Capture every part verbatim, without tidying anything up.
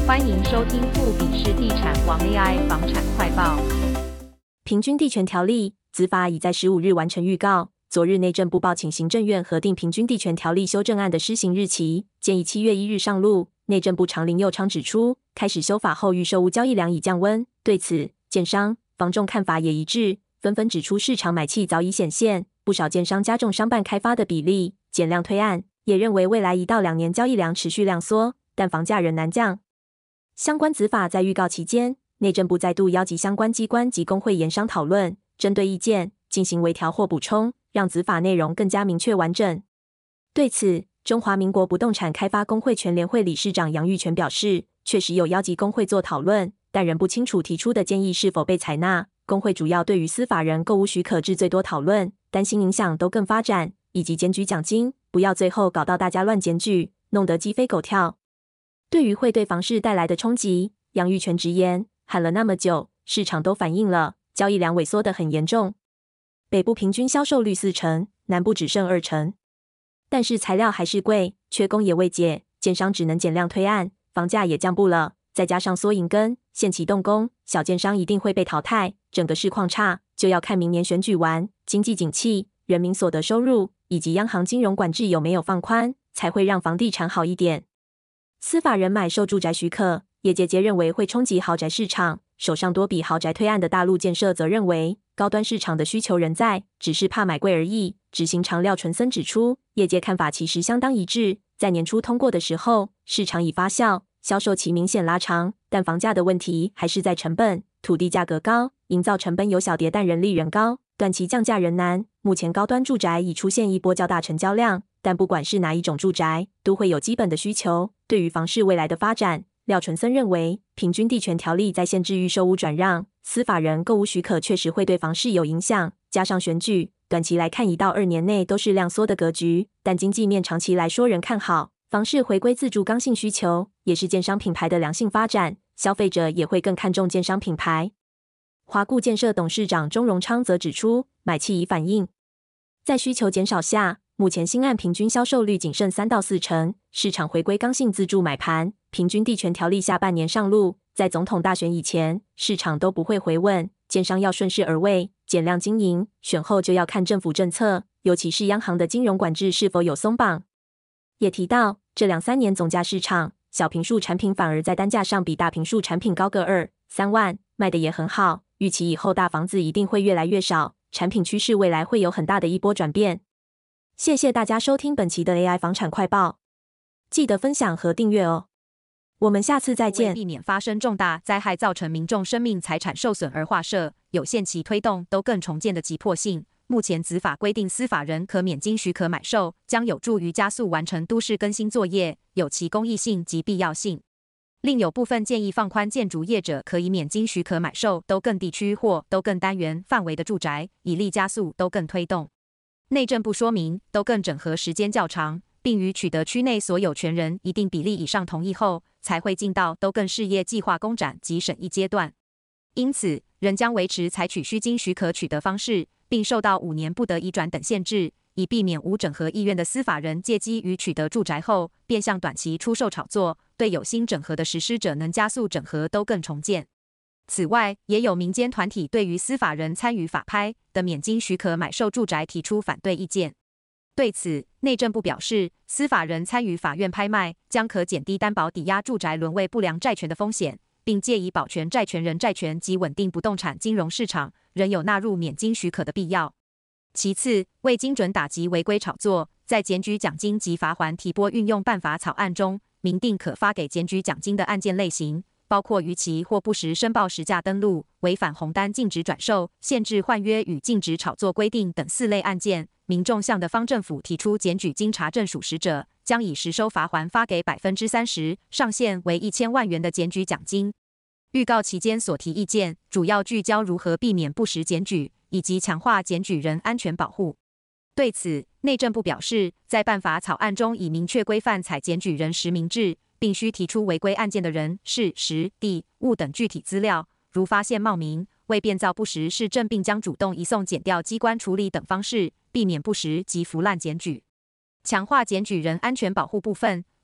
欢迎收听富比士地产王 A I 房产快报。 平均地权条例子法已在十五日完成预告。昨日内政部报请行政院核定平均地权条例修正案的施行日期，建议七月一日上路。内政部长林右昌指出，开始修法后预售屋交易量已降温。对此，建商、房仲看法也一致，纷纷指出市场买气早已显现，不少建商加重商办开发的比例，减量推案，也认为未来一到两年交易量持续量缩，但房价仍难降。相关子法在预告期间，内政部再度邀集相关机关及工会研商讨论，针对意见进行微调或补充，让子法内容更加明确完整。对此，中华民国不动产开发工会全联会理事长杨玉泉表示，确实有邀集工会做讨论，但仍不清楚提出的建议是否被采纳。工会主要对于司法人购屋许可制最多讨论，担心影响都更发展，以及检举奖金，不要最后搞到大家乱检举，弄得鸡飞狗跳。对于会对房市带来的冲击，杨玉泉直言，喊了那么久，市场都反映了，交易量萎缩得很严重。北部平均销售率四成，南部只剩二成。但是材料还是贵，缺工也未解，建商只能减量推案，房价也降不了，再加上缩银根，限期动工，小建商一定会被淘汰。整个市况差，就要看明年选举完，经济景气、人民所得收入以及央行金融管制有没有放宽，才会让房地产好一点。司法人买受住宅许可，业界皆认为会冲击豪宅市场。手上多笔豪宅推案的大陆建设则认为，高端市场的需求仍在，只是怕买贵而已。执行长廖纯森指出，业界看法其实相当一致，在年初通过的时候，市场已发酵，销售期明显拉长，但房价的问题还是在成本，土地价格高，营造成本有小跌，但人力仍高，短期降价仍难。目前高端住宅已出现一波较大成交量，但不管是哪一种住宅，都会有基本的需求。对于房市未来的发展，廖纯森认为，平均地权条例在限制预售屋转让、司法人购屋许可确实会对房市有影响，加上选举，短期来看一到二年内都是量缩的格局，但经济面长期来说仍看好。房市回归自住刚性需求，也是建商品牌的良性发展，消费者也会更看重建商品牌。华固建设董事长钟荣昌则指出，买气已反映，在需求减少下，目前新案平均销售率仅剩三到四成，市场回归刚性自住买盘。平均地权条例下半年上路，在总统大选以前，市场都不会回稳，建商要顺势而为，减量经营，选后就要看政府政策，尤其是央行的金融管制是否有松绑。也提到，这两三年总价市场，小坪数产品反而在单价上比大坪数产品高个二、三万，卖的也很好，预期以后大房子一定会越来越少，产品趋势未来会有很大的一波转变。谢谢大家收听本期的 A I 房产快报，记得分享和订阅哦。我们下次再见。 为避免发生重大灾害造成民众生命财产受损而划设有限期推动都更重建的急迫性，目前子法规定司法人可免经许可买售，将有助于加速完成都市更新作业，有其公益性及必要性。另有部分建议放宽建筑业者可以免经许可买售都更地区或都更单元范围的住宅，以利加速都更推动。内政部说明，都更整合时间较长，并于取得区内所有权人一定比例以上同意后，才会进到都更事业计划公展及审议阶段。因此，仍将维持采取需经许可取得方式，并受到五年不得移转等限制，以避免无整合意愿的司法人借机于取得住宅后，变相短期出售炒作，对有心整合的实施者能加速整合都更重建。此外，也有民间团体对于司法人参与法拍的免经许可买售住宅提出反对意见。对此，内政部表示，司法人参与法院拍卖，将可减低担保抵押住宅沦为不良债权的风险，并借以保全债权人债权及稳定不动产金融市场，仍有纳入免经许可的必要。其次，为精准打击违规炒作，在检举奖金及罚锾提拨运用办法草案中，明定可发给检举奖金的案件类型，包括逾期或不实申报实价登录、违反红单禁止转售、限制换约与禁止炒作规定等四类案件。民众向的方政府提出检举经查证属实者，将以实收罚锾发给百分之三十，上限为一千万元的检举奖金。预告期间所提意见，主要聚焦如何避免不实检举，以及强化检举人安全保护。对此，内政部表示，在办法草案中已明确规范采检举人实名制，并需提出违规案件的人、事、时、地、物等具体资料，如发现冒名、为变造不实事证，并将主动移送检调机关处理等方式，避免不实及腐烂检举。强化检举人安全保护部分，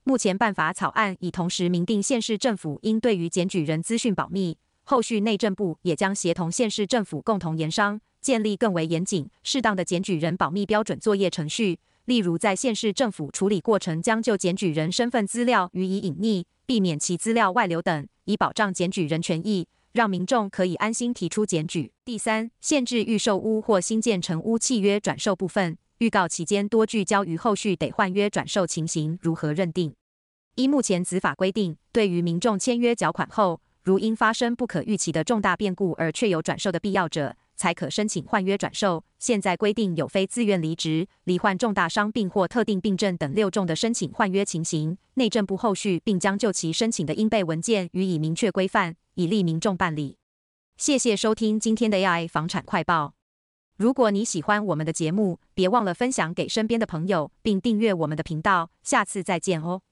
目前办法草案已同时明定县市政府应对于检举人资讯保密，后续内政部也将协同县市政府共同研商，建立更为严谨、适当的检举人保密标准作业程序。例如，在县市政府处理过程将就检举人身份资料予以隐匿，避免其资料外流等，以保障检举人权益，让民众可以安心提出检举。第三，限制预售屋或新建成屋契约转售部分，预告期间多聚焦于后续得换约转售情形如何认定。依目前子法规定，对于民众签约缴款后，如因发生不可预期的重大变故而确有转售的必要者，才可申请换约转售。现在规定有非自愿离职、罹患重大伤病或特定病症等六种的申请换约情形，内政部后续并将就其申请的应备文件予以明确规范，以利民众办理。谢谢收听今天的 A I 房产快报。如果你喜欢我们的节目，别忘了分享给身边的朋友，并订阅我们的频道。下次再见哦。